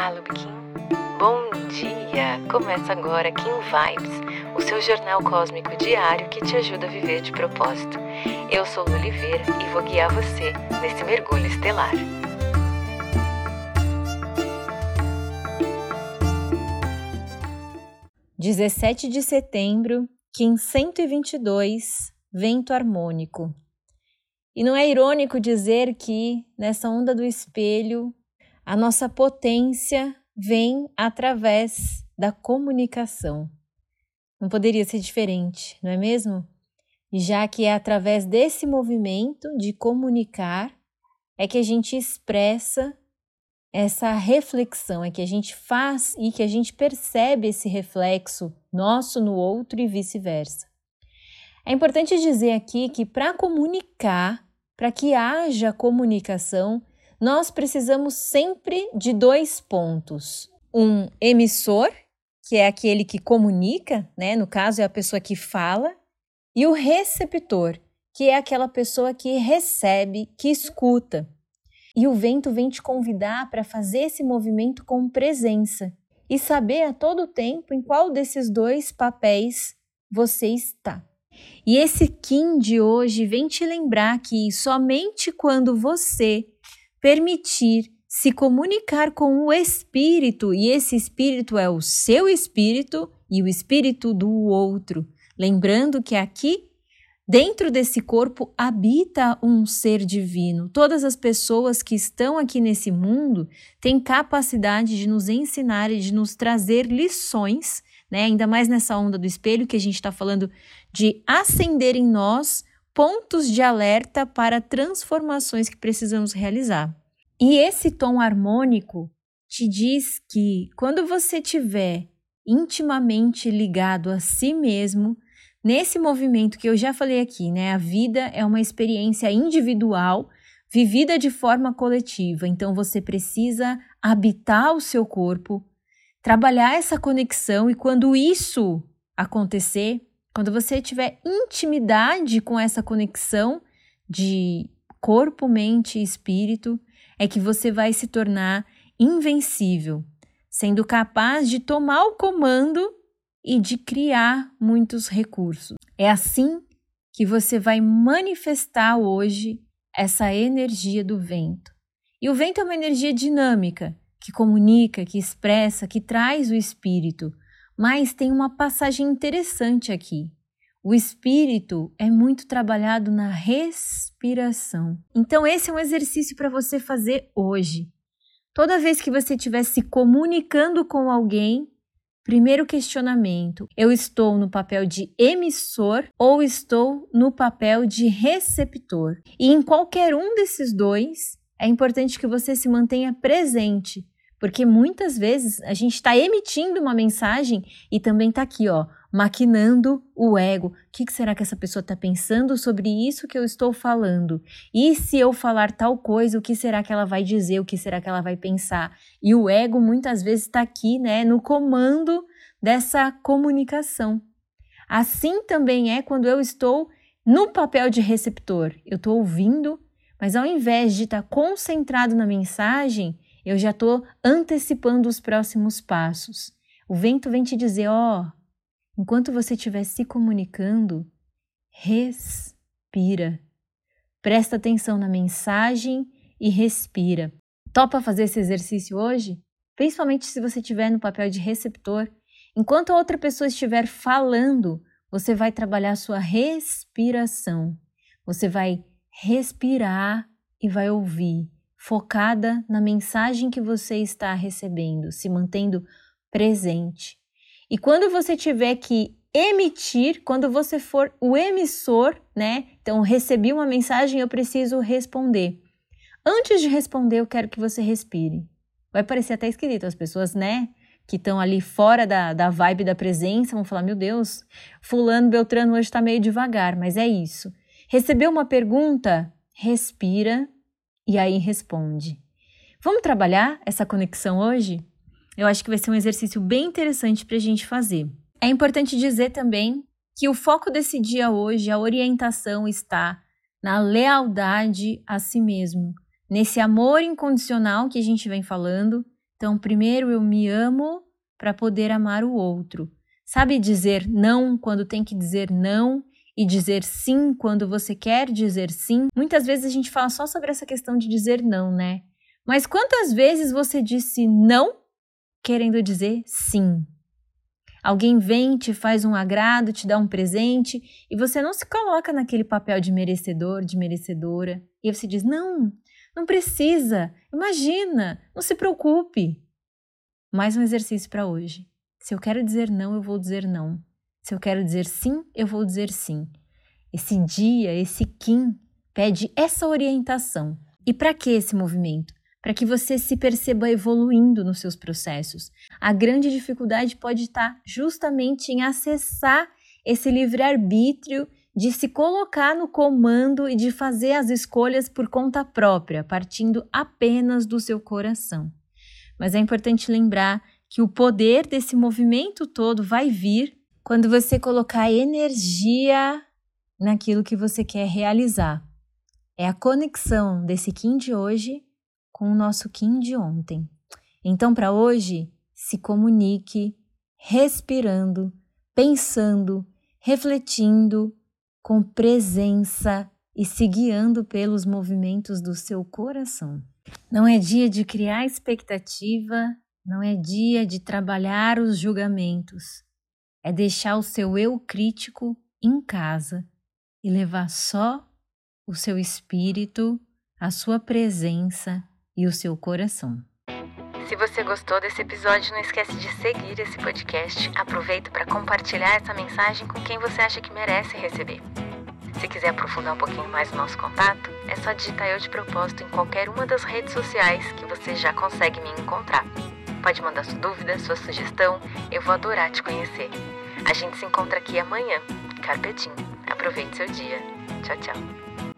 Fala, Kim. Bom dia! Começa agora Kim Vibes, o seu jornal cósmico diário que te ajuda a viver de propósito. Eu sou Lu Oliveira e vou guiar você nesse mergulho estelar. (17 de setembro, Kim 122, Vento Harmônico). E não é irônico dizer que, nessa onda do espelho, a nossa potência vem através da comunicação. Não poderia ser diferente, não é mesmo? Já que é através desse movimento de comunicar é que a gente expressa essa reflexão, é que a gente faz e que a gente percebe esse reflexo nosso no outro e vice-versa. É importante dizer aqui que para comunicar, para que haja comunicação, nós precisamos sempre de dois pontos. Um emissor, que é aquele que comunica, né? No caso é a pessoa que fala, e o receptor, que é aquela pessoa que recebe, que escuta. E o vento vem te convidar para fazer esse movimento com presença e saber a todo tempo em qual desses dois papéis você está. E esse Kim de hoje vem te lembrar que somente quando você permitir se comunicar com o espírito, e esse espírito é o seu espírito e o espírito do outro, lembrando que aqui, dentro desse corpo, habita um ser divino. Todas as pessoas que estão aqui nesse mundo têm capacidade de nos ensinar e de nos trazer lições, né? Ainda mais nessa onda do espelho que a gente está falando de acender em nós pontos de alerta para transformações que precisamos realizar. E esse tom harmônico te diz que quando você estiver intimamente ligado a si mesmo, nesse movimento que eu já falei aqui, né? A vida é uma experiência individual vivida de forma coletiva. Então você precisa habitar o seu corpo, trabalhar essa conexão, e quando isso acontecer, quando você tiver intimidade com essa conexão de corpo, mente e espírito, é que você vai se tornar invencível, sendo capaz de tomar o comando e de criar muitos recursos. É assim que você vai manifestar hoje essa energia do vento. E o vento é uma energia dinâmica, que comunica, que expressa, que traz o espírito. Mas tem uma passagem interessante aqui. O espírito é muito trabalhado na respiração. Então esse é um exercício para você fazer hoje. Toda vez que você estiver se comunicando com alguém, primeiro questionamento: eu estou no papel de emissor ou estou no papel de receptor? E em qualquer um desses dois, é importante que você se mantenha presente, porque muitas vezes a gente está emitindo uma mensagem e também está aqui, maquinando o ego. O que será que essa pessoa está pensando sobre isso que eu estou falando? E se eu falar tal coisa, o que será que ela vai dizer? O que será que ela vai pensar? E o ego muitas vezes está aqui, né, no comando dessa comunicação. Assim também é quando eu estou no papel de receptor. Eu estou ouvindo, mas ao invés de estar concentrado na mensagem, eu já estou antecipando os próximos passos. O vento vem te dizer, enquanto você estiver se comunicando, respira. Presta atenção na mensagem e respira. Topa fazer esse exercício hoje? Principalmente se você estiver no papel de receptor. Enquanto a outra pessoa estiver falando, você vai trabalhar a sua respiração. Você vai respirar e vai ouvir, focada na mensagem que você está recebendo, se mantendo presente. E quando você tiver que emitir, quando você for o emissor, né? Então, recebi uma mensagem, eu preciso responder. Antes de responder, eu quero que você respire. Vai parecer até esquisito, as pessoas, né, que estão ali fora da vibe da presença, vão falar, meu Deus, fulano, beltrano hoje está meio devagar, mas é isso. Recebeu uma pergunta? Respira e aí responde. Vamos trabalhar essa conexão hoje? Eu acho que vai ser um exercício bem interessante para a gente fazer. É importante dizer também que o foco desse dia hoje, a orientação está na lealdade a si mesmo, nesse amor incondicional que a gente vem falando, Então, primeiro eu me amo para poder amar o outro. Sabe dizer não quando tem que dizer não e dizer sim quando você quer dizer sim? Muitas vezes a gente fala só sobre essa questão de dizer não, né? Mas quantas vezes você disse não querendo dizer sim? Alguém vem, te faz um agrado, te dá um presente e você não se coloca naquele papel de merecedor, de merecedora. E você diz, não precisa, imagina, não se preocupe. Mais um exercício para hoje. Se eu quero dizer não, eu vou dizer não. Se eu quero dizer sim, eu vou dizer sim. Esse dia, esse Kim, pede essa orientação. E para que esse movimento? Para que você se perceba evoluindo nos seus processos. A grande dificuldade pode estar justamente em acessar esse livre-arbítrio de se colocar no comando e de fazer as escolhas por conta própria, partindo apenas do seu coração. Mas é importante lembrar que o poder desse movimento todo vai vir quando você colocar energia naquilo que você quer realizar. É a conexão desse Kim de hoje com o nosso Kim de ontem. Então, para hoje, se comunique respirando, pensando, refletindo, com presença e se guiando pelos movimentos do seu coração. Não é dia de criar expectativa, não é dia de trabalhar os julgamentos. É deixar o seu eu crítico em casa e levar só o seu espírito, a sua presença e o seu coração. Se você gostou desse episódio, não esquece de seguir esse podcast. Aproveita para compartilhar essa mensagem com quem você acha que merece receber. Se quiser aprofundar um pouquinho mais o nosso contato, é só digitar Eu de Propósito em qualquer uma das redes sociais que você já consegue me encontrar. Pode mandar sua dúvida, sua sugestão, eu vou adorar te conhecer. A gente se encontra aqui amanhã. Carpe Diem. Aproveite seu dia. Tchau, tchau.